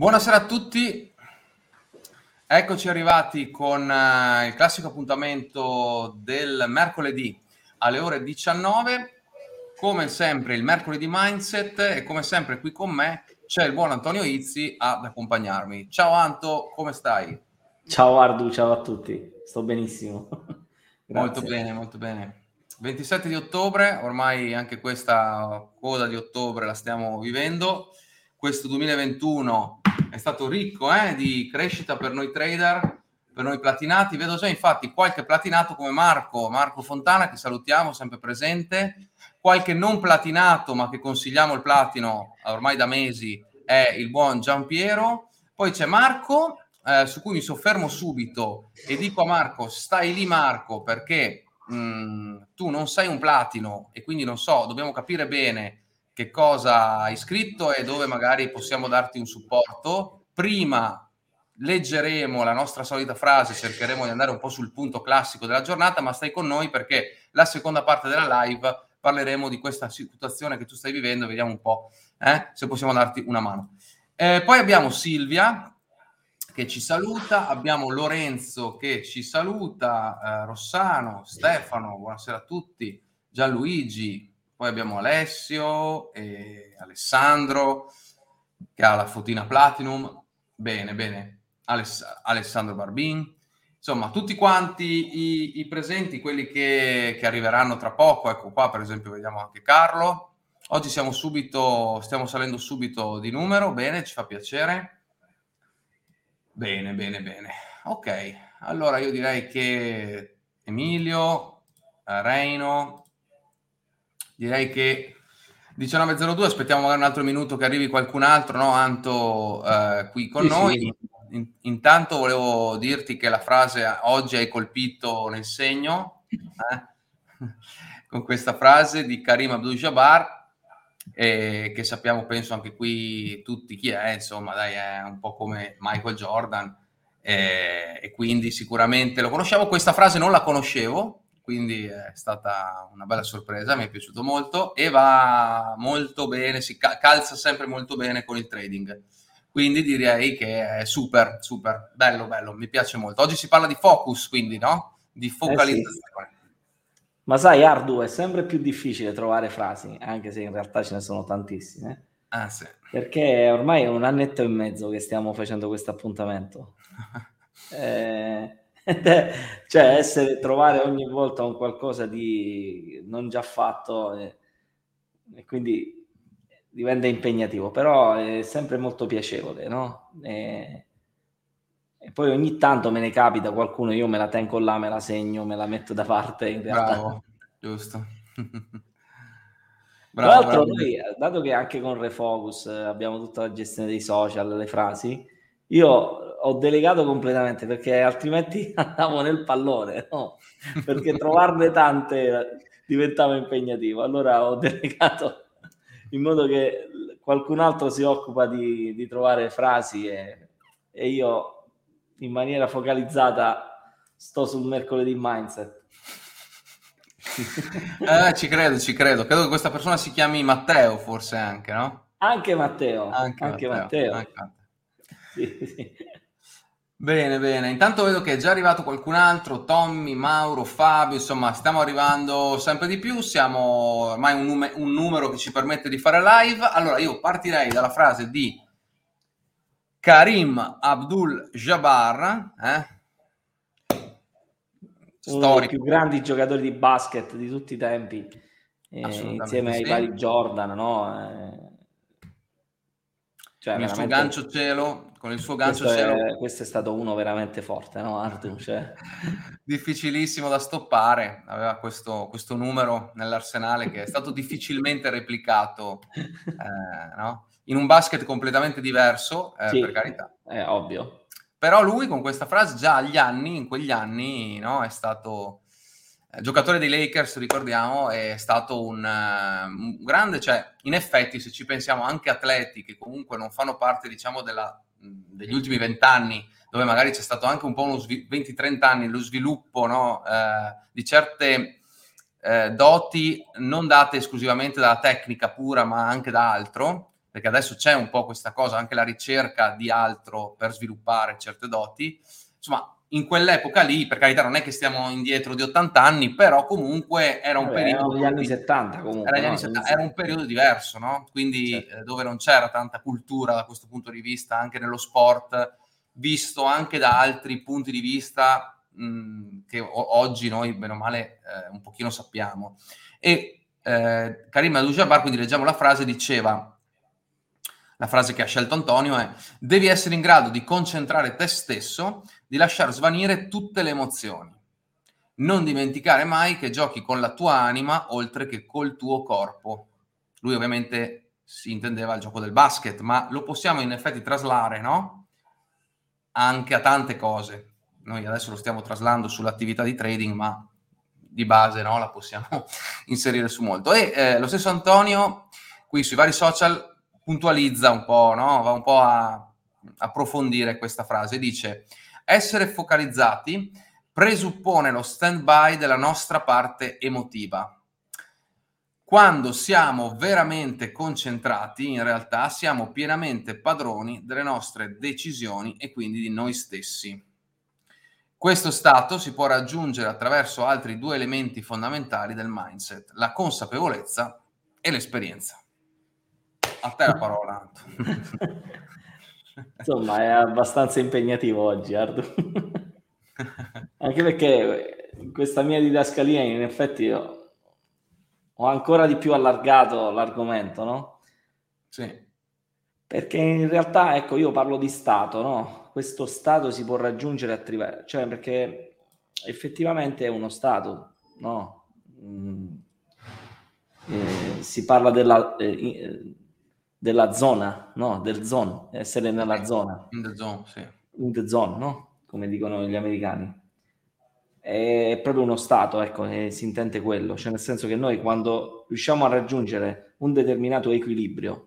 Buonasera a tutti, eccoci arrivati con il classico appuntamento del mercoledì alle ore 19, come sempre il mercoledì Mindset, e come sempre qui con me c'è il buon Antonio Izzi ad accompagnarmi. Ciao Anto, come stai? Ciao Ardu, ciao a tutti, sto benissimo. Molto Grazie. bene, molto bene. 27 di ottobre, ormai anche questa coda di ottobre la stiamo vivendo. Questo 2021 è stato ricco di crescita per noi trader, per noi platinati. Vedo già infatti qualche platinato come Marco Fontana, che salutiamo, sempre presente. Qualche non platinato, ma che consigliamo il platino ormai da mesi, è il buon Giampiero. Poi c'è Marco, su cui mi soffermo subito e dico a Marco: stai lì Marco, perché tu non sei un platino e quindi non so, dobbiamo capire bene che cosa hai scritto e dove magari possiamo darti un supporto. Prima leggeremo la nostra solita frase, cercheremo di andare un po' sul punto classico della giornata, ma stai con noi perché la seconda parte della live parleremo di questa situazione che tu stai vivendo, vediamo un po' se possiamo darti una mano. Poi abbiamo Silvia che ci saluta, abbiamo Lorenzo che ci saluta, Rossano, Stefano, buonasera a tutti, Gianluigi, poi abbiamo Alessio e Alessandro che ha la fotina Platinum, bene, Alessandro Barbin, insomma tutti quanti i presenti, quelli che arriveranno tra poco. Ecco qua per esempio vediamo anche Carlo. Oggi stiamo salendo subito di numero, bene, ci fa piacere. Bene. Ok, allora io direi che Emilio, Reino, direi che 19.02, aspettiamo magari un altro minuto che arrivi qualcun altro, no? Anto qui con noi. Sì. Intanto volevo dirti che la frase oggi hai colpito nel segno, con questa frase di Karim Abdul-Jabbar, che sappiamo, penso anche qui tutti chi è, insomma, dai, è un po' come Michael Jordan, e quindi sicuramente lo conosciamo. Questa frase non la conoscevo, quindi è stata una bella sorpresa, mi è piaciuto molto e va molto bene, si calza sempre molto bene con il trading. Quindi direi che è super, bello, mi piace molto. Oggi si parla di focus, quindi, no? Di focalizzazione. Sì. Ma sai, Ardu, è sempre più difficile trovare frasi, anche se in realtà ce ne sono tantissime. Sì. Perché ormai è un annetto e mezzo che stiamo facendo questo appuntamento. Cioè, trovare ogni volta un qualcosa di non già fatto e quindi diventa impegnativo, però è sempre molto piacevole, no? E poi ogni tanto me ne capita qualcuno, io me la tengo là, me la segno, me la metto da parte in realtà. Bravo, giusto. Tra l'altro noi, dato che anche con Refocus abbiamo tutta la gestione dei social, le frasi, io ho delegato completamente perché altrimenti andavo nel pallone, no? Perché trovarne tante diventava impegnativo. Allora ho delegato in modo che qualcun altro si occupa di trovare frasi e io in maniera focalizzata sto sul mercoledì Mindset. Ci credo. Credo che questa persona si chiami Matteo, forse anche, no? Anche Matteo. Anche Matteo. Sì. Bene. Intanto vedo che è già arrivato qualcun altro, Tommy, Mauro, Fabio, insomma, stiamo arrivando sempre di più, siamo ormai un numero che ci permette di fare live. Allora io partirei dalla frase di Karim Abdul-Jabbar, uno dei più grandi giocatori di basket di tutti i tempi, insieme ai vari Jordan, no? Cioè, con il suo gancio cielo, questo è stato uno veramente forte, no? Arthur, cioè. Difficilissimo da stoppare, aveva questo numero nell'arsenale che è stato difficilmente replicato, no? In un basket completamente diverso, sì, per carità. È ovvio. Però lui con questa frase già in quegli anni, no, è stato giocatore dei Lakers, ricordiamo, è stato un grande, cioè in effetti se ci pensiamo anche atleti che comunque non fanno parte, diciamo, degli ultimi 20 anni, dove magari c'è stato anche un po' 20-30 anni lo sviluppo, no, di certe doti non date esclusivamente dalla tecnica pura ma anche da altro, perché adesso c'è un po' questa cosa, anche la ricerca di altro per sviluppare certe doti. Insomma, in quell'epoca lì, per carità, non è che stiamo indietro di 80 anni, però comunque era un periodo... Erano gli anni 70 comunque, no? Era un periodo diverso, no? Quindi Certo. dove non c'era tanta cultura da questo punto di vista, anche nello sport, visto anche da altri punti di vista che oggi noi, bene o male, un pochino sappiamo. E Karim Abdul-Jabbar, quindi leggiamo la frase, diceva, la frase che ha scelto Antonio è: devi essere in grado di concentrare te stesso, di lasciar svanire tutte le emozioni. Non dimenticare mai che giochi con la tua anima oltre che col tuo corpo. Lui ovviamente si intendeva il gioco del basket, ma lo possiamo in effetti traslare, no? Anche a tante cose. Noi adesso lo stiamo traslando sull'attività di trading, ma di base, no, la possiamo inserire su molto. E lo stesso Antonio qui sui vari social puntualizza un po', no? Va un po' a approfondire questa frase. Dice: essere focalizzati presuppone lo stand-by della nostra parte emotiva. Quando siamo veramente concentrati, in realtà siamo pienamente padroni delle nostre decisioni e quindi di noi stessi. Questo stato si può raggiungere attraverso altri due elementi fondamentali del mindset: la consapevolezza e l'esperienza. A te la parola. Insomma, è abbastanza impegnativo oggi, Ardu. Anche perché questa mia didascalia, in effetti, ho ancora di più allargato l'argomento, no? Sì. Perché in realtà, ecco, io parlo di stato, no? Questo stato si può raggiungere attraverso, cioè perché effettivamente è uno stato, no? Si parla della zona, no? Del zone, essere nella zona. In the zone, sì. In the zone, no? Come dicono gli americani. È proprio uno stato, ecco, si intende quello, cioè nel senso che noi quando riusciamo a raggiungere un determinato equilibrio,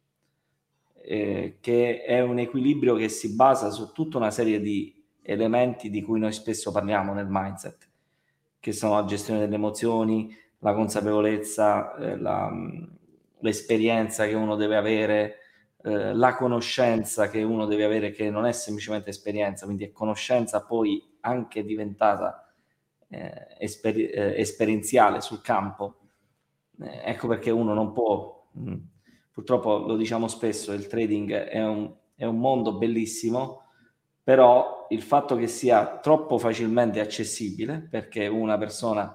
che è un equilibrio che si basa su tutta una serie di elementi di cui noi spesso parliamo nel mindset, che sono la gestione delle emozioni, la consapevolezza, l'esperienza che uno deve avere, la conoscenza che uno deve avere, che non è semplicemente esperienza, quindi è conoscenza poi anche diventata esperienziale sul campo. Ecco perché uno non può, purtroppo lo diciamo spesso, il trading è un mondo bellissimo, però il fatto che sia troppo facilmente accessibile, perché una persona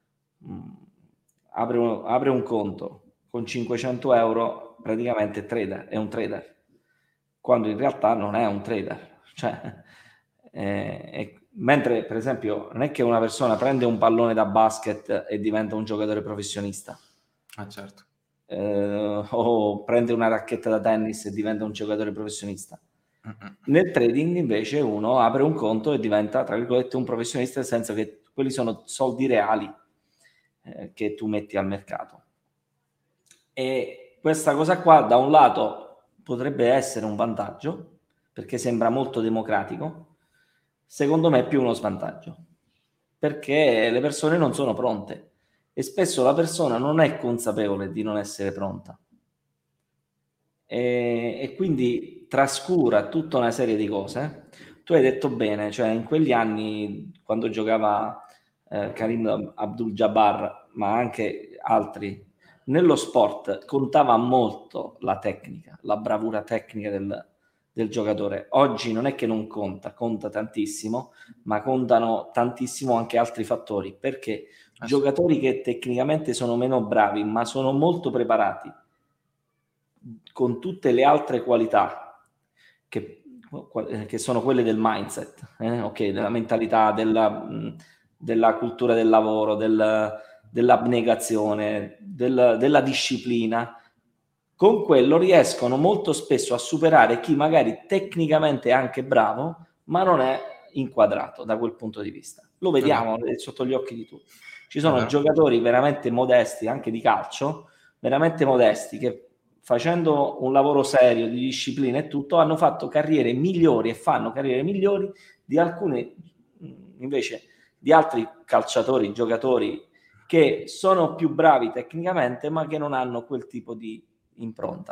apre un conto con 500 euro, praticamente è un trader, quando in realtà non è un trader. Cioè, mentre per esempio non è che una persona prende un pallone da basket e diventa un giocatore professionista. Ah, certo. O prende una racchetta da tennis e diventa un giocatore professionista. Nel trading invece uno apre un conto e diventa, tra virgolette, un professionista, nel senso che quelli sono soldi reali che tu metti al mercato. E questa cosa qua da un lato potrebbe essere un vantaggio, perché sembra molto democratico. Secondo me è più uno svantaggio, perché le persone non sono pronte e spesso la persona non è consapevole di non essere pronta e quindi trascura tutta una serie di cose. Tu hai detto bene, cioè in quegli anni quando giocava Karim Abdul-Jabbar, ma anche altri, nello sport contava molto la tecnica, la bravura tecnica del giocatore. Oggi non è che non conta tantissimo, ma contano tantissimo anche altri fattori, perché giocatori che tecnicamente sono meno bravi, ma sono molto preparati, con tutte le altre qualità che sono quelle del mindset, okay, della mentalità, della cultura del lavoro, dell'abnegazione, della disciplina. Con quello riescono molto spesso a superare chi magari tecnicamente è anche bravo, ma non è inquadrato da quel punto di vista. Lo vediamo sotto gli occhi di tutti. Ci sono giocatori veramente modesti, anche di calcio, veramente modesti, che facendo un lavoro serio di disciplina e tutto, hanno fatto carriere migliori e fanno carriere migliori di alcuni, invece, di altri calciatori, giocatori che sono più bravi tecnicamente, ma che non hanno quel tipo di impronta.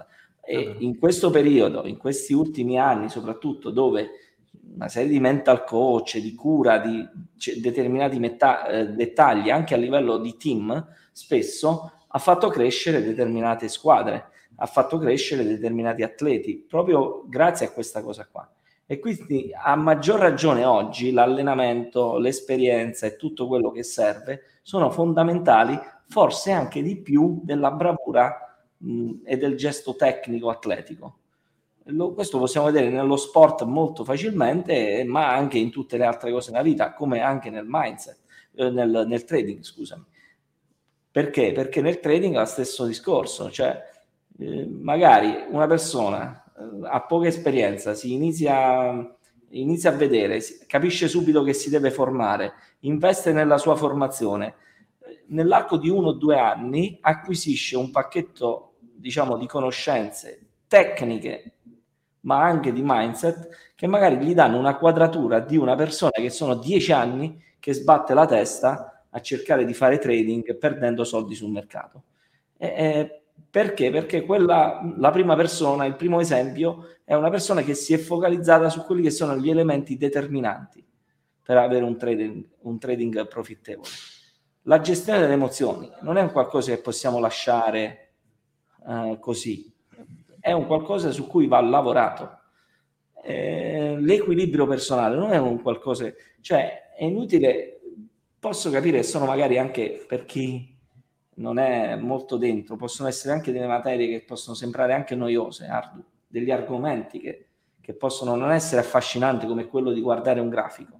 E in questo periodo, in questi ultimi anni soprattutto, dove una serie di mental coach, di cura di determinati dettagli anche a livello di team, spesso ha fatto crescere determinate squadre, ha fatto crescere determinati atleti, proprio grazie a questa cosa qua. E quindi a maggior ragione oggi l'allenamento, l'esperienza e tutto quello che serve sono fondamentali, forse anche di più della bravura e del gesto tecnico atletico. Questo possiamo vedere nello sport molto facilmente, ma anche in tutte le altre cose nella vita, come anche nel mindset, nel trading, scusami. Perché? Perché nel trading è lo stesso discorso, cioè magari una persona ha poca esperienza, si inizia a vedere, capisce subito che si deve formare, investe nella sua formazione, nell'arco di 1 o 2 anni acquisisce un pacchetto, diciamo, di conoscenze tecniche, ma anche di mindset, che magari gli danno una quadratura di una persona che sono 10 anni che sbatte la testa a cercare di fare trading perdendo soldi sul mercato. Perché? Perché la prima persona, il primo esempio, è una persona che si è focalizzata su quelli che sono gli elementi determinanti per avere un trading profittevole. La gestione delle emozioni non è un qualcosa che possiamo lasciare così, è un qualcosa su cui va lavorato. L'equilibrio personale non è un qualcosa, cioè è inutile, posso capire che sono magari anche per chi non è molto dentro, possono essere anche delle materie che possono sembrare anche noiose, ardue, degli argomenti che possono non essere affascinanti come quello di guardare un grafico,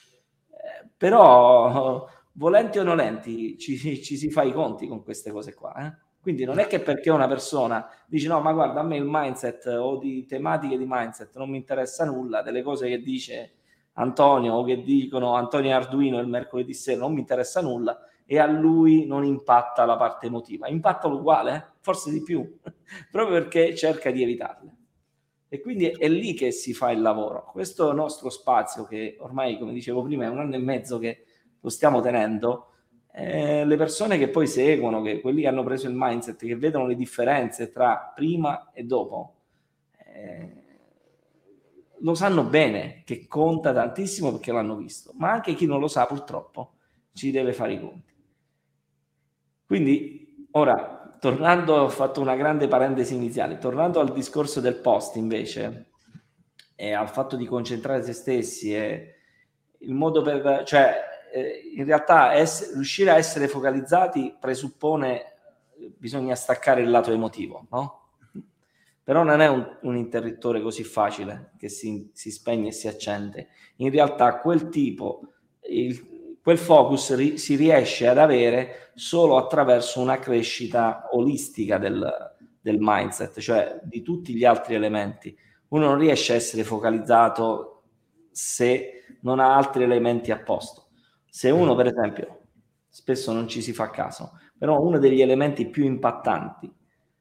però volenti o nolenti ci si fa i conti con queste cose qua, Quindi non è che perché una persona dice no, ma guarda, a me il mindset o di tematiche di mindset non mi interessa nulla, delle cose che dice Antonio o che dicono Antonio Arduino il mercoledì sera non mi interessa nulla, e a lui non impatta la parte emotiva. Impatta uguale, forse di più, proprio perché cerca di evitarle. E quindi è lì che si fa il lavoro. Questo nostro spazio, che ormai, come dicevo prima, è 1 anno e mezzo che lo stiamo tenendo, le persone che poi seguono, che quelli che hanno preso il mindset, che vedono le differenze tra prima e dopo, lo sanno bene che conta tantissimo perché l'hanno visto, ma anche chi non lo sa purtroppo ci deve fare i conti. Quindi ora, tornando, ho fatto una grande parentesi iniziale, tornando al discorso del post invece e al fatto di concentrare se stessi, e il modo per, cioè in realtà riuscire a essere focalizzati presuppone bisogna staccare il lato emotivo, no? Però non è un interruttore così facile che si spegne e si accende. In realtà quel tipo, quel focus si riesce ad avere solo attraverso una crescita olistica del mindset, cioè di tutti gli altri elementi. Uno non riesce a essere focalizzato se non ha altri elementi a posto. Se uno, per esempio, spesso non ci si fa caso, però uno degli elementi più impattanti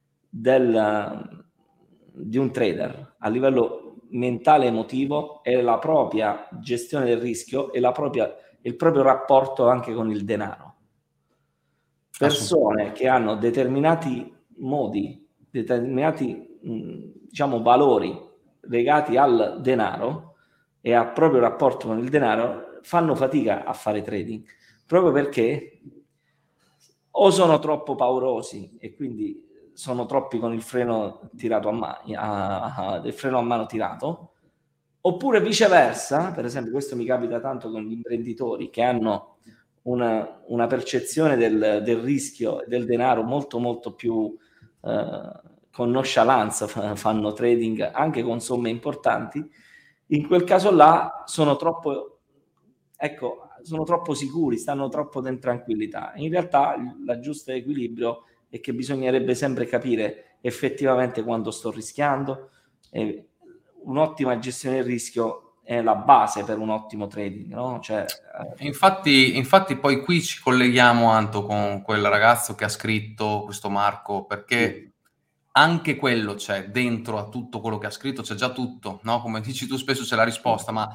di un trader a livello mentale e emotivo è la propria gestione del rischio e il proprio rapporto anche con il denaro. Persone che hanno determinati modi, determinati diciamo valori legati al denaro e al proprio rapporto con il denaro fanno fatica a fare trading, proprio perché o sono troppo paurosi e quindi sono troppi con il freno tirato il freno a mano tirato, oppure viceversa. Per esempio, questo mi capita tanto con gli imprenditori che hanno una percezione del rischio e del denaro molto molto più con nonchalance, fanno trading anche con somme importanti. In quel caso là sono troppo sicuri, stanno troppo in tranquillità. In realtà il giusto equilibrio è che bisognerebbe sempre capire effettivamente quando sto rischiando, e un'ottima gestione del rischio è la base per un ottimo trading, no? Cioè, infatti poi qui ci colleghiamo, Anto, con quel ragazzo che ha scritto, questo Marco, perché anche quello c'è dentro a tutto quello che ha scritto, c'è già tutto, no? Come dici tu spesso c'è la risposta, ma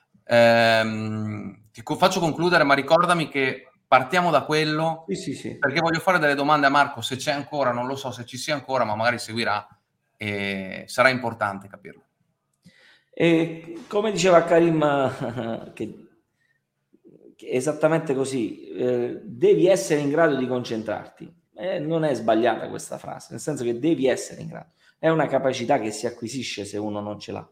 ti faccio concludere, ma ricordami che partiamo da quello, sì. perché voglio fare delle domande a Marco, se c'è ancora, non lo so se ci sia ancora, ma magari seguirà. e sarà importante capirlo. E come diceva Karim, che è esattamente così, devi essere in grado di concentrarti. Non è sbagliata questa frase, nel senso che devi essere in grado. È una capacità che si acquisisce se uno non ce l'ha.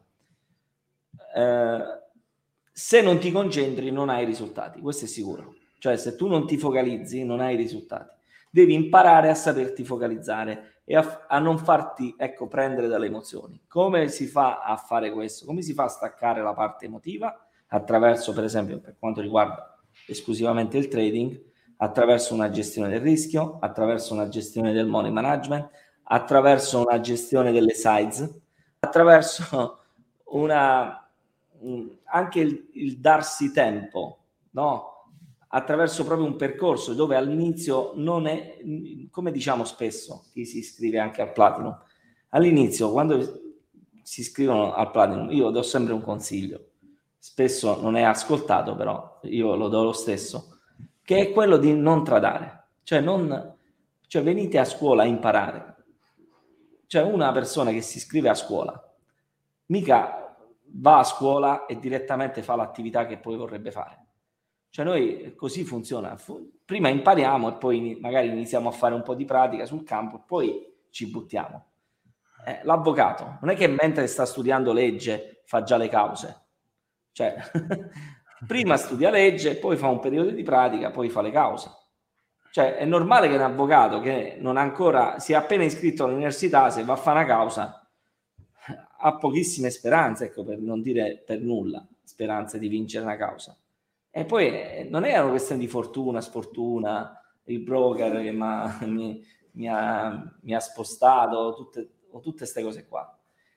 Se non ti concentri non hai risultati, questo è sicuro. Cioè, se tu non ti focalizzi non hai risultati. Devi imparare a saperti focalizzare e a non farti, ecco, prendere dalle emozioni. Come si fa a fare questo? Come si fa a staccare la parte emotiva? Attraverso, per esempio, per quanto riguarda esclusivamente il trading, attraverso una gestione del rischio, attraverso una gestione del money management, attraverso una gestione delle sides, attraverso anche il darsi tempo, no? Attraverso proprio un percorso dove all'inizio non è, come diciamo spesso, chi si iscrive anche al Platinum, all'inizio quando si iscrivono al Platinum io do sempre un consiglio, spesso non è ascoltato però io lo do lo stesso, che è quello di non tradare, cioè venite a scuola a imparare, cioè una persona che si iscrive a scuola mica va a scuola e direttamente fa l'attività che poi vorrebbe fare. Cioè noi così funziona, prima impariamo e poi magari iniziamo a fare un po' di pratica sul campo e poi ci buttiamo. L'avvocato non è che mentre sta studiando legge fa già le cause, cioè prima studia legge, poi fa un periodo di pratica, poi fa le cause. Cioè è normale che un avvocato che non ancora si è appena iscritto all'università, se va a fare una causa, ha pochissime speranze, ecco, per non dire per nulla, speranze di vincere una causa. E poi non è una questione di fortuna, sfortuna, il broker che mi ha spostato, tutte queste cose qua.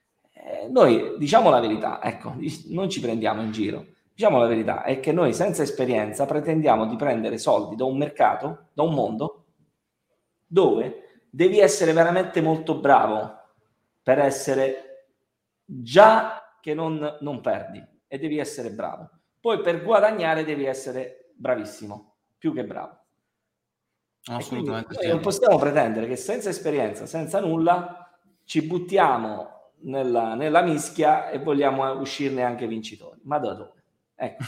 Noi diciamo la verità, ecco, non ci prendiamo in giro. Diciamo la verità, è che noi senza esperienza pretendiamo di prendere soldi da un mercato, da un mondo, dove devi essere veramente molto bravo per essere già che non perdi e devi essere bravo. Poi per guadagnare devi essere bravissimo, più che bravo. Assolutamente noi non possiamo pretendere che senza esperienza, senza nulla, ci buttiamo nella mischia e vogliamo uscirne anche vincitori. Ma da dove? Ecco.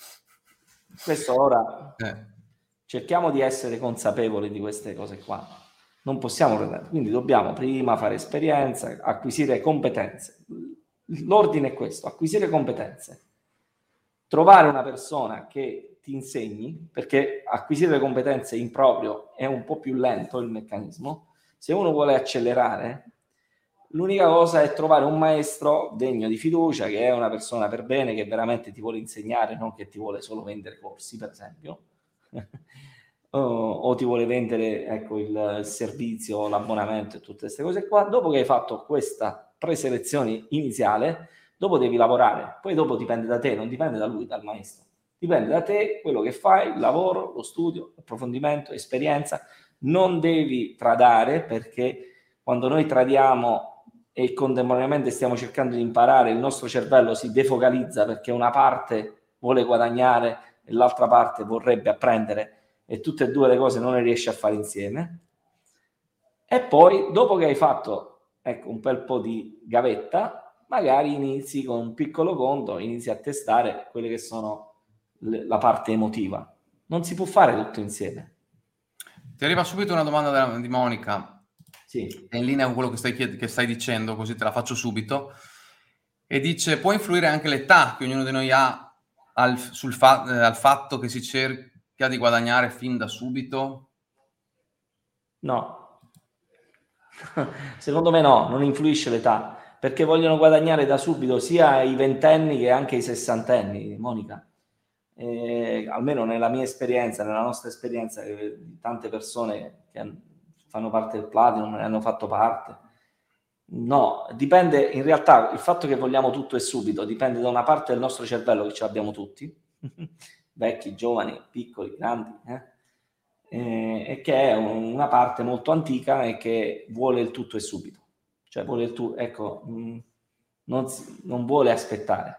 Questo ora cerchiamo di essere consapevoli di queste cose qua. Non possiamo pretendere. Quindi dobbiamo prima fare esperienza, acquisire competenze. L'ordine è questo: acquisire competenze. Trovare una persona che ti insegni, perché acquisire le competenze in proprio è un po' più lento il meccanismo. Se uno vuole accelerare, l'unica cosa è trovare un maestro degno di fiducia, che è una persona per bene, che veramente ti vuole insegnare, non che ti vuole solo vendere corsi, per esempio, o ti vuole vendere, ecco, il servizio, l'abbonamento e tutte queste cose qua. Dopo che hai fatto questa preselezione iniziale, dopo devi lavorare, poi dopo dipende da te, non dipende da lui, dal maestro. Dipende da te, quello che fai, il lavoro, lo studio, l'approfondimento, esperienza. Non devi tradare, perché quando noi tradiamo e contemporaneamente stiamo cercando di imparare, il nostro cervello si defocalizza perché una parte vuole guadagnare e l'altra parte vorrebbe apprendere, e tutte e due le cose non le riesci a fare insieme. E poi, dopo che hai fatto, ecco, un bel po' di gavetta, magari inizi con un piccolo conto, inizi a testare quelle che sono la parte emotiva. Non si può fare tutto insieme. Ti arriva subito una domanda di Monica. Sì. È in linea con quello che stai dicendo, così te la faccio subito. E dice: può influire anche l'età che ognuno di noi ha al fatto che si cerca di guadagnare fin da subito? No. Secondo me no, non influisce l'età, perché vogliono guadagnare da subito sia i ventenni che anche i sessantenni, Monica. Almeno nella mia esperienza, nella nostra esperienza, tante persone che fanno parte del Platinum ne hanno fatto parte. No, dipende, in realtà il fatto che vogliamo tutto e subito dipende da una parte del nostro cervello che ce l'abbiamo tutti, vecchi, giovani, piccoli, grandi, e che è una parte molto antica e che vuole il tutto e subito, cioè vuole il tutto, ecco, non vuole aspettare.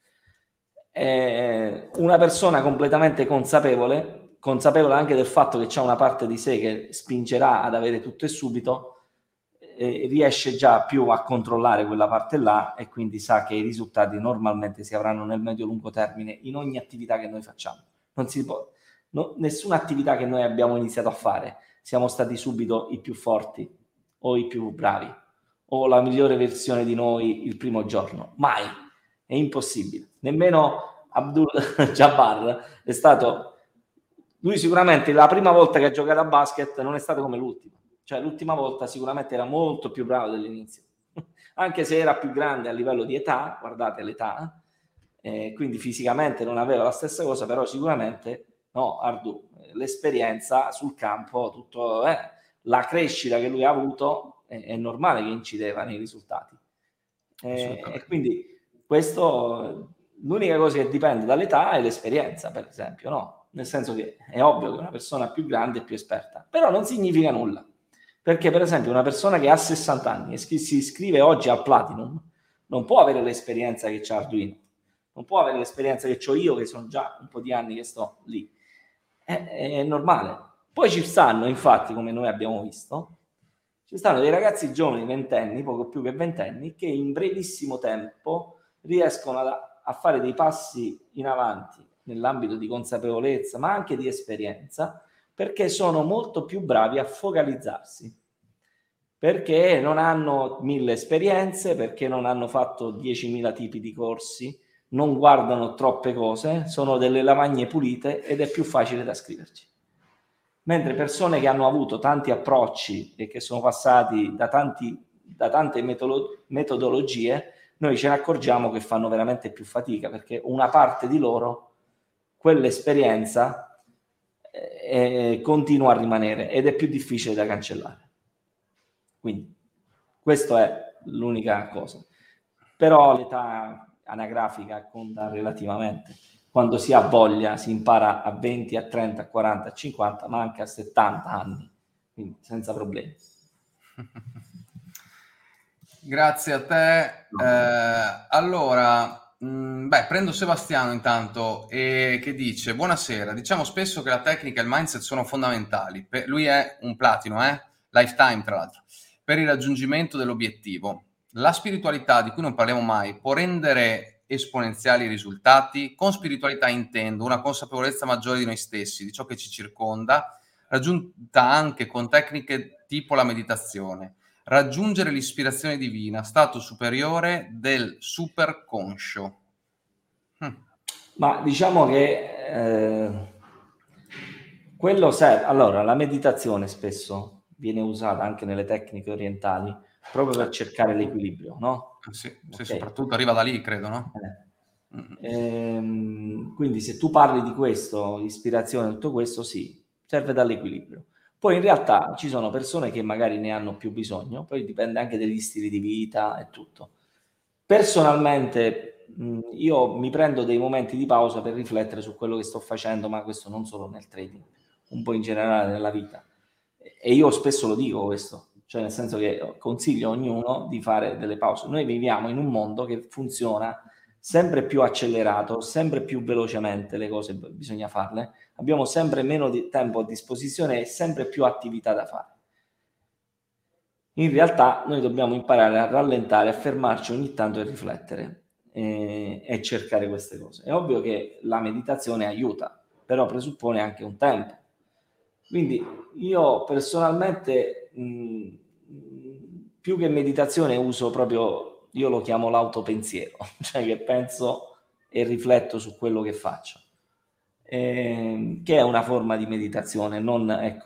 Una persona completamente consapevole anche del fatto che c'è una parte di sé che spingerà ad avere tutto e subito, riesce già più a controllare quella parte là e quindi sa che i risultati normalmente si avranno nel medio-lungo termine in ogni attività che noi facciamo. Non si può, nessuna attività che noi abbiamo iniziato a fare siamo stati subito i più forti o i più bravi o la migliore versione di noi il primo giorno. Mai, è impossibile. Nemmeno Abdul Jabbar è stato... Lui sicuramente la prima volta che ha giocato a basket non è stato come l'ultima. Cioè l'ultima volta sicuramente era molto più bravo dell'inizio, anche se era più grande a livello di età, guardate l'età, quindi fisicamente non aveva la stessa cosa, però sicuramente no, Ardu, l'esperienza sul campo, tutto, la crescita che lui ha avuto è normale che incideva nei risultati. E quindi questo, l'unica cosa che dipende dall'età è l'esperienza, per esempio, no? Nel senso che è ovvio che una persona più grande è più esperta, però non significa nulla. Perché, per esempio, una persona che ha 60 anni e si iscrive oggi al Platinum non può avere l'esperienza che c'ha Arduino, non può avere l'esperienza che ho io, che sono già un po' di anni che sto lì. È normale. Poi ci stanno, infatti, come noi abbiamo visto, ci stanno dei ragazzi giovani, ventenni, poco più che ventenni, che in brevissimo tempo riescono a fare dei passi in avanti nell'ambito di consapevolezza, ma anche di esperienza, perché sono molto più bravi a focalizzarsi, perché non hanno 1000 esperienze, perché non hanno fatto 10.000 tipi di corsi, non guardano troppe cose, sono delle lavagne pulite ed è più facile da scriverci. Mentre persone che hanno avuto tanti approcci e che sono passati da tante metodologie, noi ce ne accorgiamo che fanno veramente più fatica, perché una parte di loro quell'esperienza continua a rimanere ed è più difficile da cancellare. Quindi questa è l'unica cosa. Però l'età anagrafica conta relativamente. Quando si ha voglia si impara a 20, a 30, a 40, a 50, ma anche a 70 anni, quindi senza problemi. Grazie a te. Allora, prendo Sebastiano intanto che dice: buonasera, diciamo spesso che la tecnica e il mindset sono fondamentali. Lui è un platino, lifetime tra l'altro, per il raggiungimento dell'obiettivo. La spiritualità, di cui non parliamo mai, può rendere esponenziali i risultati. Con spiritualità intendo una consapevolezza maggiore di noi stessi, di ciò che ci circonda, raggiunta anche con tecniche tipo la meditazione. Raggiungere l'ispirazione divina, stato superiore del superconscio. Ma diciamo che quello serve. Allora, la meditazione spesso viene usata anche nelle tecniche orientali proprio per cercare l'equilibrio, no? Sì, Okay. soprattutto arriva da lì, credo, no? Quindi se tu parli di questo, ispirazione, tutto questo, sì, serve dall'equilibrio. Poi in realtà ci sono persone che magari ne hanno più bisogno, poi dipende anche dagli stili di vita e tutto. Personalmente io mi prendo dei momenti di pausa per riflettere su quello che sto facendo, ma questo non solo nel trading, un po' in generale nella vita. E io spesso lo dico questo, cioè nel senso che consiglio a ognuno di fare delle pause. Noi viviamo in un mondo che funziona sempre più accelerato, sempre più velocemente, le cose bisogna farle, abbiamo sempre meno tempo a disposizione e sempre più attività da fare. In realtà noi dobbiamo imparare a rallentare, a fermarci ogni tanto e riflettere e cercare queste cose. È ovvio che la meditazione aiuta, però presuppone anche un tempo. Quindi io personalmente più che meditazione uso proprio, io lo chiamo l'autopensiero, cioè che penso e rifletto su quello che faccio, che è una forma di meditazione, non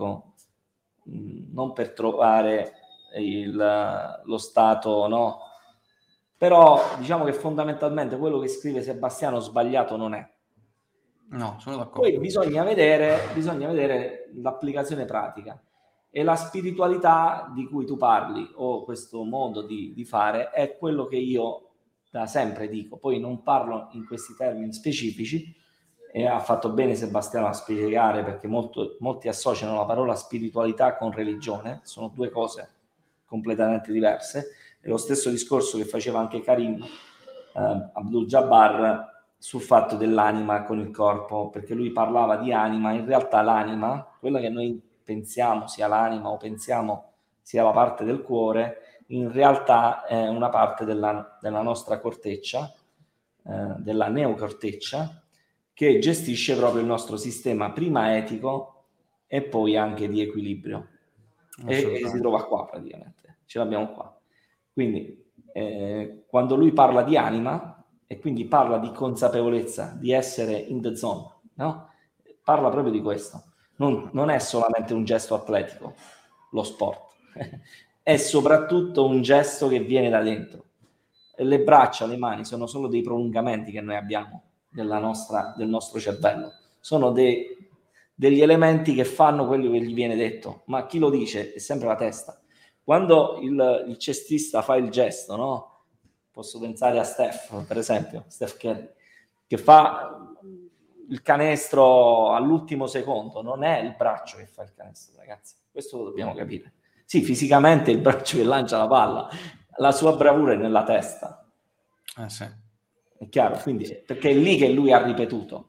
per trovare lo stato, no? Però diciamo che fondamentalmente quello che scrive Sebastiano sbagliato non è. No, sono d'accordo. Poi bisogna vedere l'applicazione pratica. E la spiritualità di cui tu parli, o questo modo di fare, è quello che io da sempre dico. Poi non parlo in questi termini specifici, e ha fatto bene Sebastiano a spiegare, perché molti associano la parola spiritualità con religione, sono due cose completamente diverse. È lo stesso discorso che faceva anche Karim Abdul Jabbar sul fatto dell'anima con il corpo, perché lui parlava di anima. In realtà l'anima, quella che noi pensiamo sia l'anima o pensiamo sia la parte del cuore, in realtà è una parte della nostra corteccia, della neocorteccia, che gestisce proprio il nostro sistema prima etico e poi anche di equilibrio. E si trova qua praticamente, ce l'abbiamo qua. Quindi quando lui parla di anima e quindi parla di consapevolezza, di essere in the zone, no? Parla proprio di questo. Non è solamente un gesto atletico, lo sport, è soprattutto un gesto che viene da dentro. Le braccia, le mani sono solo dei prolungamenti che noi abbiamo del nostro cervello. Sono degli elementi che fanno quello che gli viene detto, ma chi lo dice è sempre la testa. Quando il cestista fa il gesto, no? Posso pensare a Steph, per esempio, Steph Curry, che fa il canestro all'ultimo secondo, non è il braccio che fa il canestro, ragazzi, questo lo dobbiamo capire. Sì, fisicamente è il braccio che lancia la palla, la sua bravura è nella testa. Sì. È chiaro? Quindi, perché è lì che lui ha ripetuto.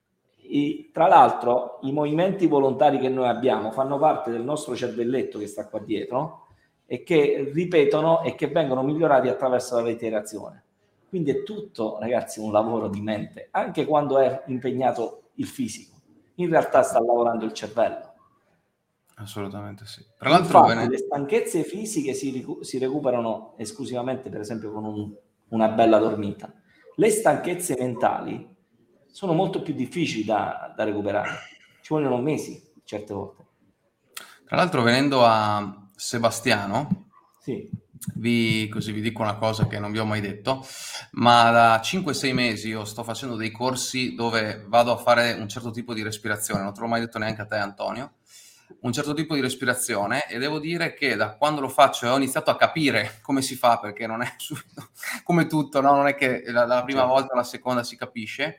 Tra l'altro, i movimenti volontari che noi abbiamo fanno parte del nostro cervelletto che sta qua dietro e che ripetono e che vengono migliorati attraverso la reiterazione. Quindi è tutto, ragazzi, un lavoro di mente, anche quando è impegnato il fisico. In realtà sta lavorando il cervello. Assolutamente sì. Tra l'altro, infatti, le stanchezze fisiche si recuperano esclusivamente, per esempio, con una bella dormita. Le stanchezze mentali sono molto più difficili da recuperare. Ci vogliono mesi, certe volte. Tra l'altro, venendo a Sebastiano, sì. vi dico una cosa che non vi ho mai detto, ma da 5-6 mesi io sto facendo dei corsi dove vado a fare un certo tipo di respirazione, non te l'ho mai detto neanche a te, Antonio, un certo tipo di respirazione, e devo dire che da quando lo faccio e ho iniziato a capire come si fa, perché non è subito come tutto, no? Non è che la prima volta o la seconda si capisce.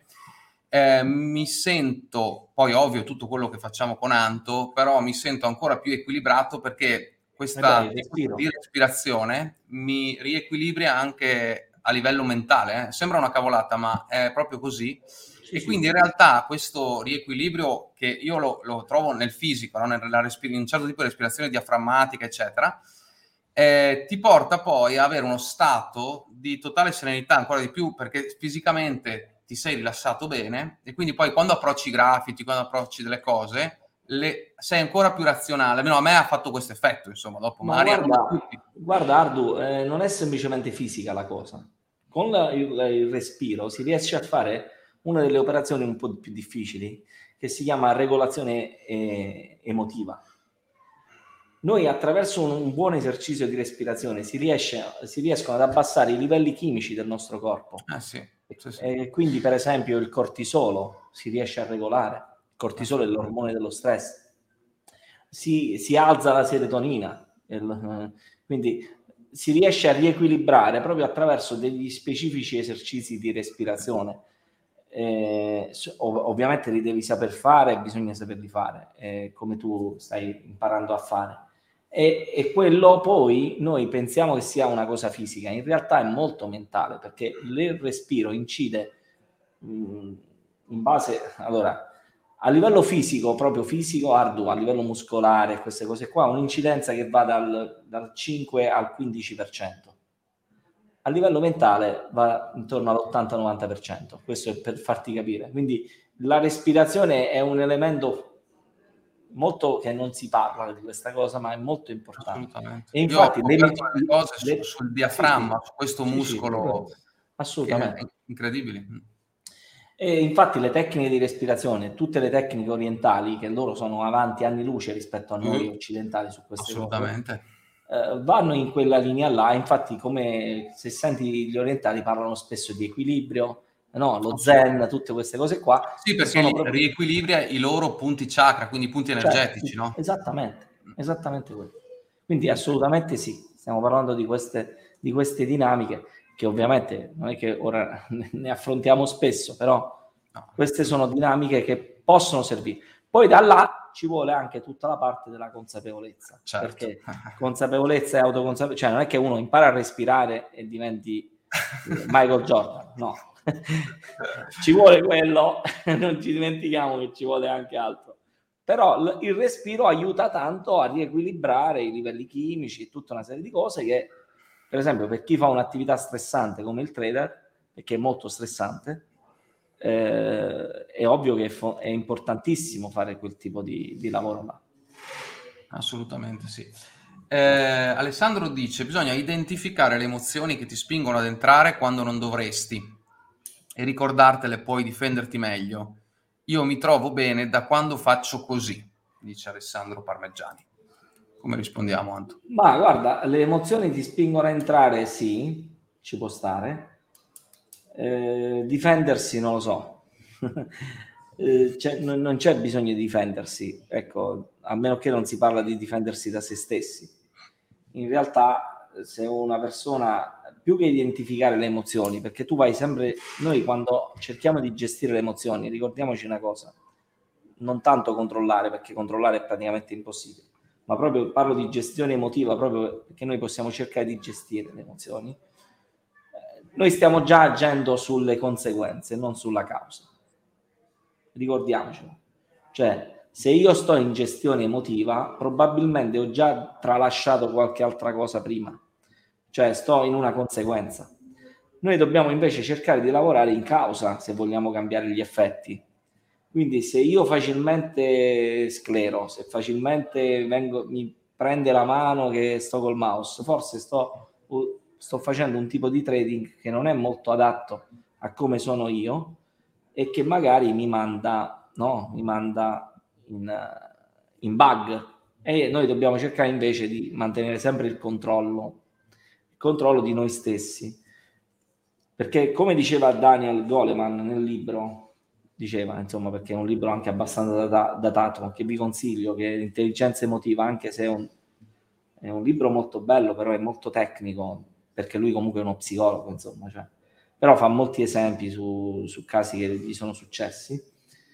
Mi sento, poi ovvio tutto quello che facciamo con Anto, però mi sento ancora più equilibrato perché questa di respirazione mi riequilibra anche a livello mentale. Sembra una cavolata, ma è proprio così. Sì, e quindi in realtà questo riequilibrio, che io lo trovo nel fisico, no? In un certo tipo di respirazione diaframmatica, eccetera, ti porta poi a avere uno stato di totale serenità, ancora di più, perché fisicamente ti sei rilassato bene e quindi poi quando approcci i graffiti, quando approcci delle cose, sei ancora più razionale. Almeno a me ha fatto questo effetto, insomma, dopo. Ma guarda Ardu, non è semplicemente fisica la cosa. Con il respiro si riesce a fare una delle operazioni un po' più difficili, che si chiama regolazione emotiva. Noi attraverso un buon esercizio di respirazione si riescono ad abbassare i livelli chimici del nostro corpo. Sì. E quindi, per esempio, il cortisolo si riesce a regolare. Il cortisolo è l'ormone dello stress. Si alza la serotonina, quindi si riesce a riequilibrare proprio attraverso degli specifici esercizi di respirazione. Ovviamente li devi saper fare, bisogna saperli fare, come tu stai imparando a fare. E quello poi noi pensiamo che sia una cosa fisica, in realtà è molto mentale, perché il respiro incide in base, allora, a livello fisico, proprio fisico, arduo, a livello muscolare, queste cose qua, un'incidenza che va dal 5 al 15%. A livello mentale va intorno all'80-90%, questo è per farti capire. Quindi la respirazione è un elemento molto che non si parla di questa cosa, ma è molto importante. Assolutamente. E infatti io ho le cose sul diaframma, su questo muscolo, assolutamente incredibili. E infatti le tecniche di respirazione, tutte le tecniche orientali, che loro sono avanti anni luce rispetto a noi occidentali su queste assolutamente cose, vanno in quella linea là. Infatti, come se senti gli orientali parlano spesso di equilibrio, no? Lo zen, tutte queste cose qua. Sì, perché riequilibria i loro punti chakra, quindi i punti energetici, sì, no? Esattamente quello. Quindi assolutamente sì, stiamo parlando di queste dinamiche che ovviamente non è che ora ne affrontiamo spesso, però queste sono dinamiche che possono servire. Poi da là ci vuole anche tutta la parte della consapevolezza, perché consapevolezza e autoconsapevolezza, cioè non è che uno impara a respirare e diventi Michael Jordan, no. Ci vuole quello, non ci dimentichiamo che ci vuole anche altro. però il respiro aiuta tanto a riequilibrare i livelli chimici e tutta una serie di cose che, per esempio, per chi fa un'attività stressante come il trader, perché è molto stressante, è ovvio che è importantissimo fare quel tipo di lavoro là. Assolutamente sì. Alessandro dice: bisogna identificare le emozioni che ti spingono ad entrare quando non dovresti e ricordartele, poi difenderti meglio. Io mi trovo bene da quando faccio così, dice Alessandro Parmeggiani. Come rispondiamo, Anto? Ma guarda, le emozioni ti spingono a entrare, sì, ci può stare. Difendersi non lo so. Non c'è bisogno di difendersi, ecco, a meno che non si parla di difendersi da se stessi. In realtà, se una persona, più che identificare le emozioni, perché tu vai sempre, noi quando cerchiamo di gestire le emozioni, ricordiamoci una cosa, non tanto controllare, perché controllare è praticamente impossibile, ma proprio parlo di gestione emotiva, proprio perché noi possiamo cercare di gestire le emozioni. Noi stiamo già agendo sulle conseguenze, non sulla causa. Ricordiamocelo. Cioè, se io sto in gestione emotiva, probabilmente ho già tralasciato qualche altra cosa prima. Cioè, sto in una conseguenza. Noi dobbiamo invece cercare di lavorare in causa se vogliamo cambiare gli effetti. Quindi se io facilmente sclero, se facilmente mi prende la mano che sto col mouse, forse sto facendo un tipo di trading che non è molto adatto a come sono io e che magari mi manda in bug, e noi dobbiamo cercare invece di mantenere sempre il controllo di noi stessi, perché come diceva Daniel Goleman nel libro, diceva, insomma, perché è un libro anche abbastanza datato, che vi consiglio, che è Intelligenza emotiva, anche se è un libro molto bello, però è molto tecnico, perché lui comunque è uno psicologo, insomma, cioè, però fa molti esempi su casi che gli sono successi.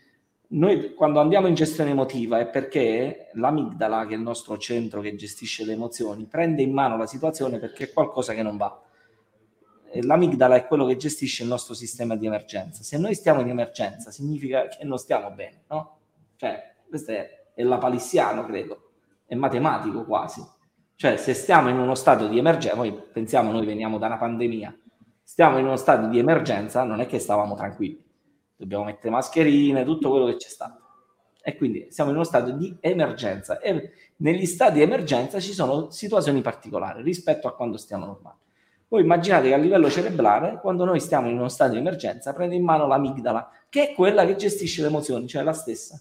Noi quando andiamo in gestione emotiva è perché l'amigdala, che è il nostro centro che gestisce le emozioni, prende in mano la situazione perché è qualcosa che non va. L'amigdala è quello che gestisce il nostro sistema di emergenza. Se noi stiamo in emergenza significa che non stiamo bene, no? Cioè, questo è lapalissiano, credo, è matematico quasi. Cioè, se stiamo in uno stato di emergenza, poi pensiamo, noi veniamo da una pandemia, stiamo in uno stato di emergenza, non è che stavamo tranquilli, dobbiamo mettere mascherine, tutto quello che c'è stato. E quindi siamo in uno stato di emergenza, e negli stati di emergenza ci sono situazioni particolari rispetto a quando stiamo normali. Voi immaginate che a livello cerebrale, quando noi stiamo in uno stato di emergenza, prende in mano l'amigdala, che è quella che gestisce le emozioni, cioè la stessa.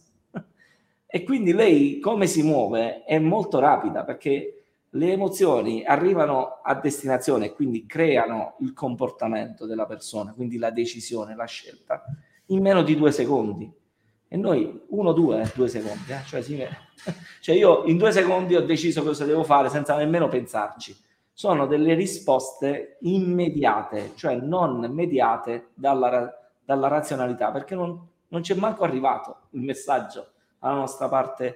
E quindi lei, come si muove, è molto rapida, perché le emozioni arrivano a destinazione e quindi creano il comportamento della persona, quindi la decisione, la scelta, in meno di 2 secondi. E noi 2 secondi, cioè io in 2 secondi ho deciso cosa devo fare senza nemmeno pensarci. Sono delle risposte immediate, cioè non mediate dalla razionalità, perché non c'è manco arrivato il messaggio alla nostra parte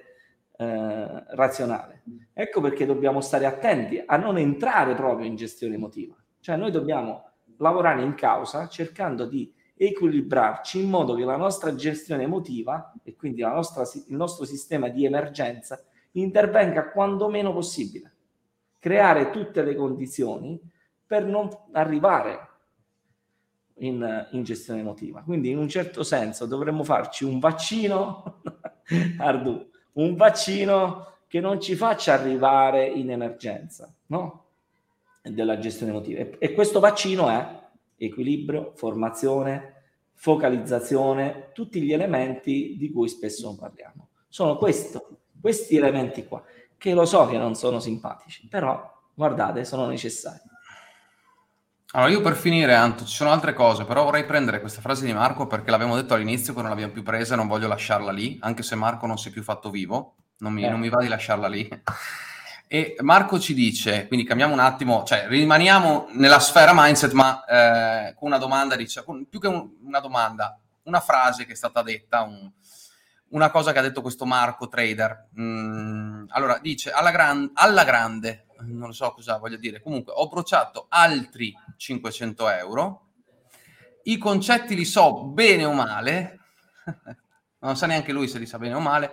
razionale. Ecco perché dobbiamo stare attenti a non entrare proprio in gestione emotiva. Cioè noi dobbiamo lavorare in causa cercando di equilibrarci in modo che la nostra gestione emotiva e quindi il nostro sistema di emergenza intervenga quanto meno possibile. Creare tutte le condizioni per non arrivare in gestione emotiva. Quindi in un certo senso dovremmo farci un vaccino, Ardu, un vaccino che non ci faccia arrivare in emergenza, no? Della gestione emotiva. E questo vaccino è equilibrio, formazione, focalizzazione, tutti gli elementi di cui spesso non parliamo. Sono questi elementi qua, che lo so che non sono simpatici, però guardate, sono necessari. Allora, io per finire, Anto, ci sono altre cose, però vorrei prendere questa frase di Marco perché l'abbiamo detto all'inizio che non l'abbiamo più presa e non voglio lasciarla lì, anche se Marco non si è più fatto vivo, non mi va di lasciarla lì. E Marco ci dice, quindi cambiamo un attimo, cioè rimaniamo nella sfera mindset, ma con una domanda, più che una domanda, una frase che è stata detta, una cosa che ha detto questo Marco trader. Allora, dice, alla grande, non so cosa voglia dire, comunque ho bruciato altri 500 euro, i concetti li so bene o male, non sa neanche lui se li sa bene o male,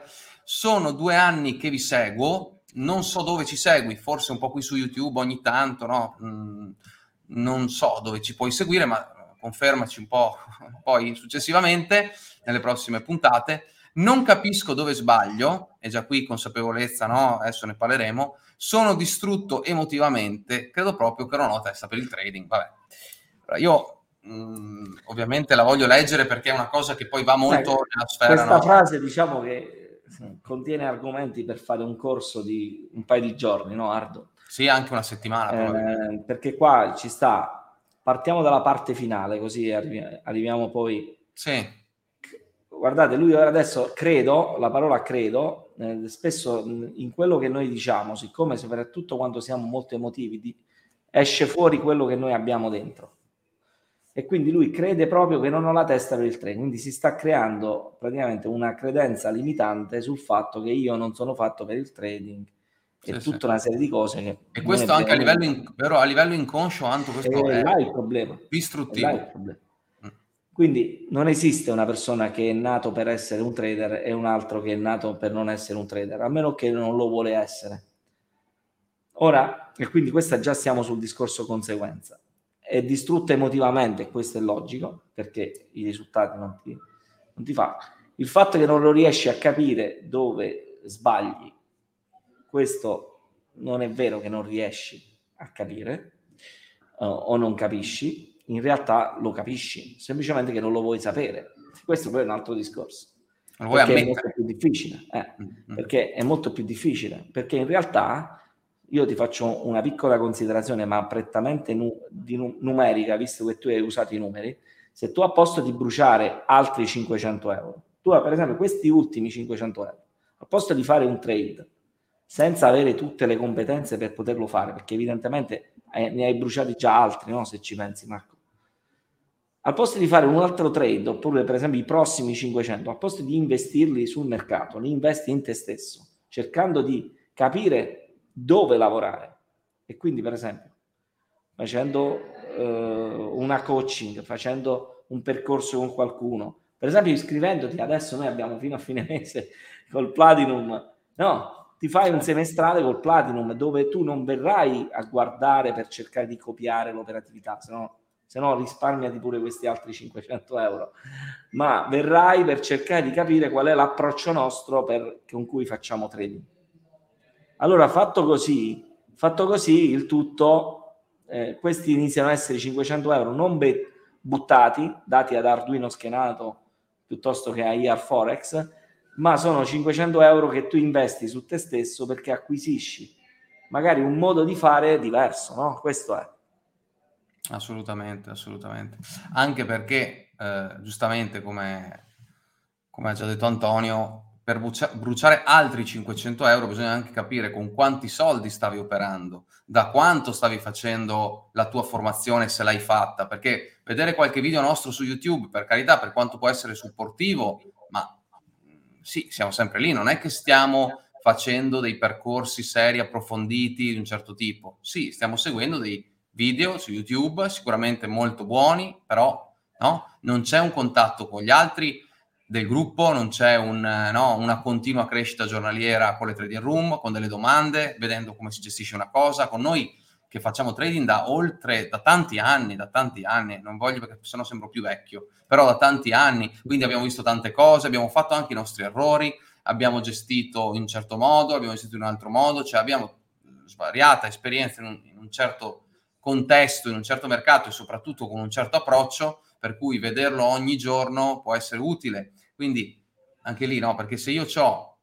sono 2 anni che vi seguo, non so dove ci segui, forse un po' qui su YouTube ogni tanto, no? Non so dove ci puoi seguire, ma confermaci un po' poi successivamente nelle prossime puntate. Non capisco dove sbaglio, e già qui consapevolezza, no? Adesso ne parleremo. Sono distrutto emotivamente, credo proprio che non ho testa per il trading. Vabbè. Allora, io ovviamente la voglio leggere perché è una cosa che poi va molto nella sfera. Questa frase, diciamo che contiene argomenti per fare un corso di un paio di giorni, no, Ardo? Sì, anche una settimana. Perché qua ci sta, partiamo dalla parte finale, così arriviamo poi. Sì. Guardate, lui adesso credo, la parola credo, spesso in quello che noi diciamo, siccome soprattutto quando siamo molto emotivi, esce fuori quello che noi abbiamo dentro. E quindi lui crede proprio che non ho la testa per il trading, quindi si sta creando praticamente una credenza limitante sul fatto che io non sono fatto per il trading e tutta una serie di cose che... E questo anche a livello inconscio, Anto, questo è là il problema. distruttivo. È là il problema. Quindi non esiste una persona che è nato per essere un trader e un altro che è nato per non essere un trader, a meno che non lo vuole essere. Ora, e quindi questa già siamo sul discorso conseguenza. È distrutta emotivamente, questo è logico, perché i risultati non ti fa. Il fatto che non lo riesci a capire dove sbagli, questo non è vero che non riesci a capire o non capisci, in realtà lo capisci, semplicemente che non lo vuoi sapere. Questo poi è un altro discorso. Perché è molto più difficile. Perché è molto più difficile, perché in realtà io ti faccio una piccola considerazione, ma prettamente numerica, visto che tu hai usato i numeri. Se tu a posto di bruciare altri 500 euro, tu per esempio questi ultimi 500 euro, a posto di fare un trade senza avere tutte le competenze per poterlo fare, perché evidentemente ne hai bruciati già altri, no? Se ci pensi, Marco. Al posto di fare un altro trade, oppure per esempio i prossimi 500, al posto di investirli sul mercato, li investi in te stesso, cercando di capire dove lavorare. E quindi, per esempio, facendo una coaching, facendo un percorso con qualcuno, per esempio iscrivendoti, adesso noi abbiamo fino a fine mese col Platinum, no, ti fai un semestrale col Platinum dove tu non verrai a guardare per cercare di copiare l'operatività, se no risparmiati pure questi altri 500 euro, ma verrai per cercare di capire qual è l'approccio nostro con cui facciamo trading. Allora, fatto così il tutto, questi iniziano a essere 500 euro non buttati, dati ad Arduino schenato piuttosto che a IR Forex, ma sono 500 euro che tu investi su te stesso perché acquisisci magari un modo di fare diverso, no? Questo è. Assolutamente. Anche perché, giustamente, come ha già detto Antonio, per bruciare altri 500 euro bisogna anche capire con quanti soldi stavi operando, da quanto stavi facendo la tua formazione, se l'hai fatta, perché vedere qualche video nostro su YouTube, per carità, per quanto può essere supportivo, ma sì, siamo sempre lì, non è che stiamo facendo dei percorsi seri, approfonditi di un certo tipo. Sì, stiamo seguendo dei video su YouTube, sicuramente molto buoni, però no, non c'è un contatto con gli altri del gruppo, non c'è una continua crescita giornaliera con le trading room, con delle domande, vedendo come si gestisce una cosa. Con noi che facciamo trading da tanti anni, non voglio perché sennò sembro più vecchio, però da tanti anni, quindi abbiamo visto tante cose, abbiamo fatto anche i nostri errori, abbiamo gestito in un certo modo, abbiamo gestito in un altro modo, cioè abbiamo svariata esperienza in un certo contesto, in un certo mercato e soprattutto con un certo approccio, per cui vederlo ogni giorno può essere utile. Quindi anche lì, no? Perché se io ho,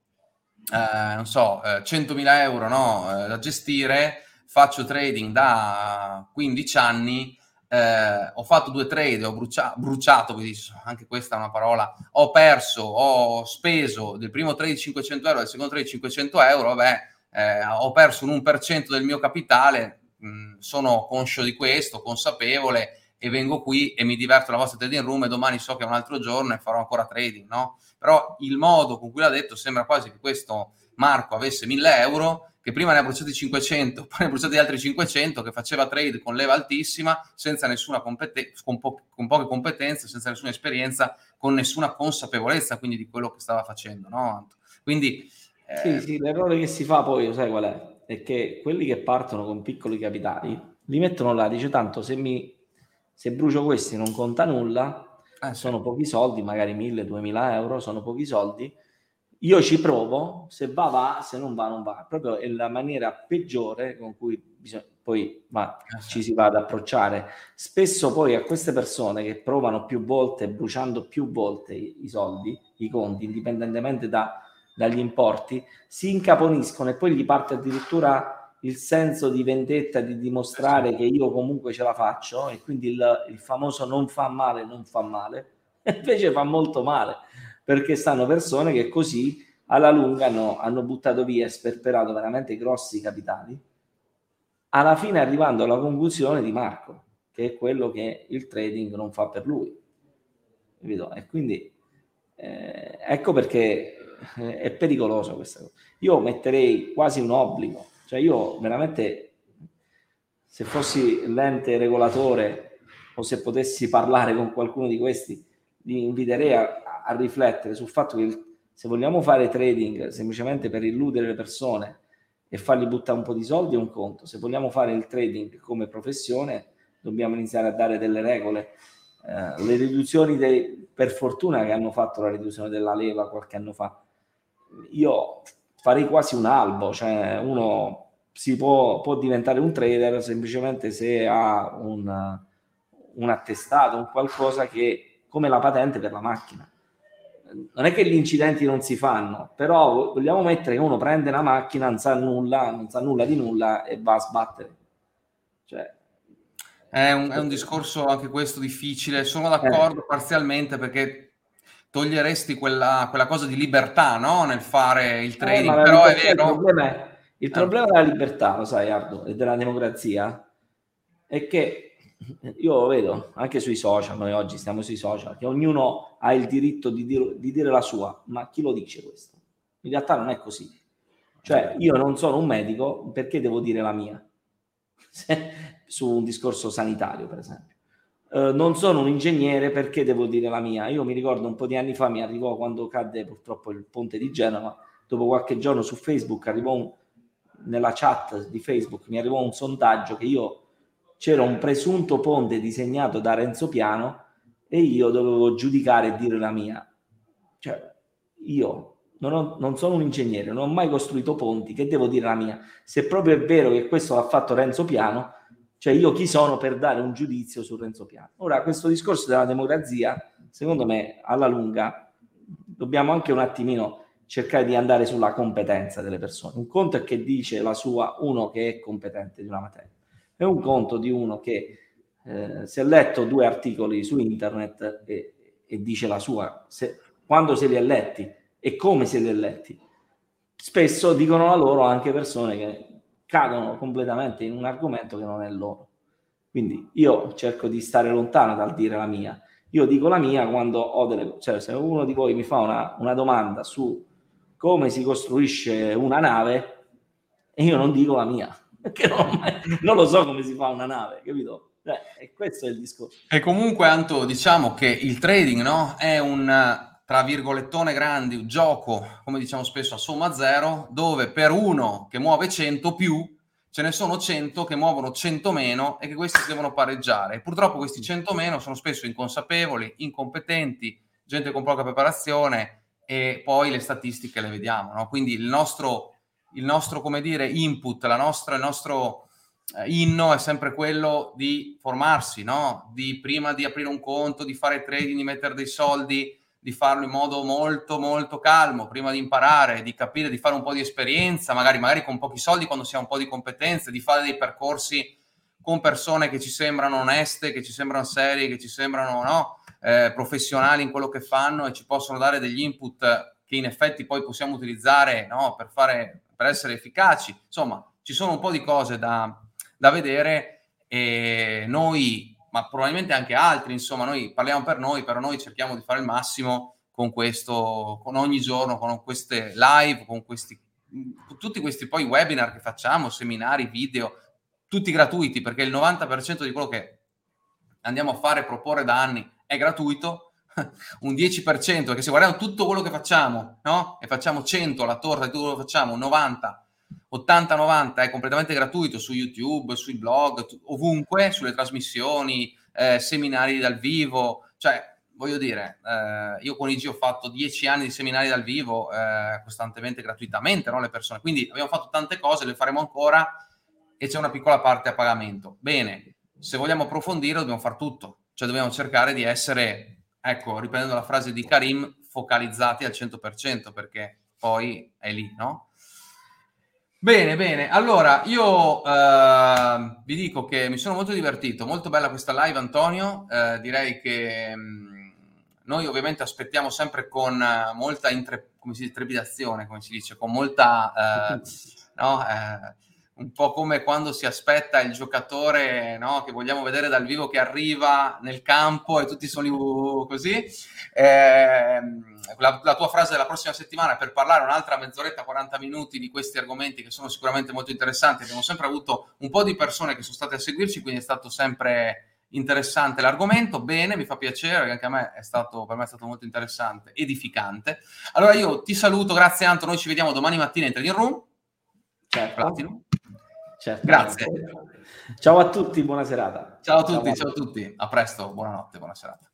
100.000 euro, no, da gestire, faccio trading da 15 anni, ho fatto 2 trade, ho bruciato, anche questa è una parola, ho perso, ho speso del primo trade 500 euro, del secondo trade 500 euro, ho perso un 1% del mio capitale, sono conscio di questo, consapevole, e vengo qui e mi diverto alla vostra trading room e domani so che è un altro giorno e farò ancora trading, no? Però il modo con cui l'ha detto sembra quasi che questo Marco avesse 1.000 euro, che prima ne ha bruciati 500, poi ne ha bruciati altri 500, che faceva trade con leva altissima, senza nessuna competenza, con poche competenze, senza nessuna esperienza, con nessuna consapevolezza quindi di quello che stava facendo, no? Quindi sì, l'errore che si fa poi, sai qual è? È che quelli che partono con piccoli capitali li mettono là, dice tanto se brucio questi non conta nulla, sono sì. pochi soldi, magari 1.000-2.000 euro, sono pochi soldi, io ci provo, se va, se non va, non va. Proprio è la maniera peggiore con cui poi ci si va ad approcciare. Spesso poi a queste persone che provano più volte, bruciando più volte i soldi, i conti, indipendentemente dagli importi, si incaponiscono e poi gli parte addirittura il senso di vendetta, di dimostrare che io comunque ce la faccio, e quindi il famoso non fa male, non fa male, invece fa molto male, perché stanno persone che così alla lunga hanno buttato via e sperperato veramente grossi capitali, alla fine arrivando alla conclusione di Marco, che è quello che il trading non fa per lui. Capito? E quindi ecco perché è pericoloso questa cosa. Io metterei quasi un obbligo, cioè io veramente, se fossi l'ente regolatore o se potessi parlare con qualcuno di questi, li inviterei a riflettere sul fatto che se vogliamo fare trading semplicemente per illudere le persone e fargli buttare un po' di soldi è un conto, se vogliamo fare il trading come professione dobbiamo iniziare a dare delle regole. Le riduzioni per fortuna che hanno fatto la riduzione della leva qualche anno fa, io farei quasi un albo, cioè uno si può diventare un trader semplicemente se ha un attestato, un qualcosa che, come la patente per la macchina. Non è che gli incidenti non si fanno, però vogliamo mettere che uno prende una macchina, non sa nulla di nulla e va a sbattere. Cioè, è un discorso anche questo difficile, sono d'accordo parzialmente perché toglieresti quella cosa di libertà, no? Nel fare il ma trading, la però è libertà, vero. il problema della libertà, lo sai, Ardo, e della democrazia, è che io lo vedo anche sui social, noi oggi stiamo sui social, che ognuno ha il diritto di dire la sua, ma chi lo dice questo? In realtà non è così. Cioè, io non sono un medico, perché devo dire la mia? Su un discorso sanitario, per esempio. Non sono un ingegnere, perché devo dire la mia? Io mi ricordo un po' di anni fa, mi arrivò quando cadde purtroppo il ponte di Genova, dopo qualche giorno su Facebook nella chat di Facebook mi arrivò un sondaggio che c'era un presunto ponte disegnato da Renzo Piano e io dovevo giudicare e dire la mia. Cioè, io non sono un ingegnere, non ho mai costruito ponti, che devo dire la mia? Se proprio è vero che questo l'ha fatto Renzo Piano, cioè io chi sono per dare un giudizio su Renzo Piano? Ora, questo discorso della democrazia, secondo me, alla lunga, dobbiamo anche un attimino cercare di andare sulla competenza delle persone. Un conto è che dice la sua uno che è competente di una materia, è un conto di uno che si è letto 2 articoli su internet e dice la sua, quando se li ha letti e come se li ha letti. Spesso dicono la loro anche persone che cadono completamente in un argomento che non è loro. Quindi io cerco di stare lontano dal dire la mia. Io dico la mia quando ho cioè se uno di voi mi fa una domanda su come si costruisce una nave e io non dico la mia, perché non lo so come si fa una nave, capito? E questo è il discorso. E comunque, Anto, diciamo che il trading, no? È tra virgolettone grandi, un gioco, come diciamo spesso, a somma zero, dove per uno che muove 100 più, ce ne sono 100 che muovono 100 meno e che questi si devono pareggiare. E purtroppo questi 100 meno sono spesso inconsapevoli, incompetenti, gente con poca preparazione, e poi le statistiche le vediamo, no? Quindi il nostro, come dire, input, il nostro inno è sempre quello di formarsi, no? Di prima di aprire un conto, di fare trading, di mettere dei soldi, di farlo in modo molto molto calmo, prima di imparare, di capire, di fare un po' di esperienza, magari con pochi soldi quando si ha un po' di competenze, di fare dei percorsi con persone che ci sembrano oneste, che ci sembrano serie, che ci sembrano, no? Professionali in quello che fanno e ci possono dare degli input che in effetti poi possiamo utilizzare, no? per essere efficaci. Insomma, ci sono un po' di cose da vedere, e noi, ma probabilmente anche altri, insomma, noi parliamo per noi, però noi cerchiamo di fare il massimo con questo, con ogni giorno, con queste live, con tutti questi poi webinar che facciamo, seminari, video, tutti gratuiti, perché il 90% di quello che andiamo a fare, proporre da anni, è gratuito. un 10%, perché se guardiamo tutto quello che facciamo, no? E facciamo 100 alla torta di tutto quello che facciamo, 90, 80-90 è completamente gratuito su YouTube, sui blog, ovunque, sulle trasmissioni, seminari dal vivo, cioè voglio dire, io con IG ho fatto 10 anni di seminari dal vivo costantemente, gratuitamente, no? Le persone, quindi abbiamo fatto tante cose, le faremo ancora e c'è una piccola parte a pagamento. Bene, se vogliamo approfondire dobbiamo fare tutto, cioè dobbiamo cercare di essere, ecco, riprendendo la frase di Karim, focalizzati al 100%, perché poi è lì, no? Bene, bene. Allora, io vi dico che mi sono molto divertito, molto bella questa live, Antonio. Direi che noi ovviamente aspettiamo sempre con molta come si dice, trepidazione, come si dice, con molta... no? Un po' come quando si aspetta il giocatore, no? Che vogliamo vedere dal vivo che arriva nel campo e tutti sono lì così. La tua frase della prossima settimana per parlare un'altra mezz'oretta, 40 minuti di questi argomenti che sono sicuramente molto interessanti. Abbiamo sempre avuto un po' di persone che sono state a seguirci, quindi è stato sempre interessante l'argomento. Bene, mi fa piacere, perché anche a me per me è stato molto interessante, edificante. Allora io ti saluto, grazie Anto, noi ci vediamo domani mattina in Trading Room. Certo. Grazie. Ciao a tutti, buona serata. Ciao a tutti, a presto, buonanotte, buona serata.